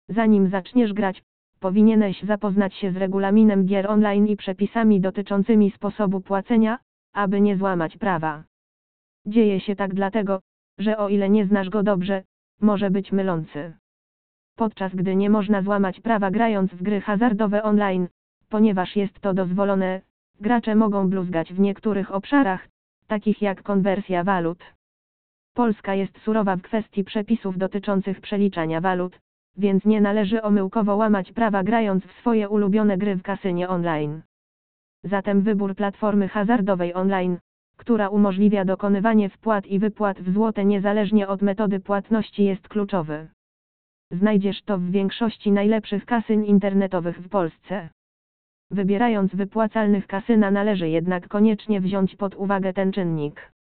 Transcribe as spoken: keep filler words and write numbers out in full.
Zanim zaczniesz grać, powinieneś zapoznać się z regulaminem gier online i przepisami dotyczącymi sposobu płacenia, aby nie złamać prawa. Dzieje się tak dlatego, że o ile nie znasz go dobrze, może być mylący. Podczas gdy nie można złamać prawa grając w gry hazardowe online, ponieważ jest to dozwolone, gracze mogą bluzgać w niektórych obszarach, takich jak konwersja walut. Polska jest surowa w kwestii przepisów dotyczących przeliczania walut, więc nie należy omyłkowo łamać prawa grając w swoje ulubione gry w kasynie online. Zatem wybór platformy hazardowej online, która umożliwia dokonywanie wpłat i wypłat w złote niezależnie od metody płatności, jest kluczowy. Znajdziesz to w większości najlepszych kasyn internetowych w Polsce. Wybierając wypłacalnych kasyna należy jednak koniecznie wziąć pod uwagę ten czynnik.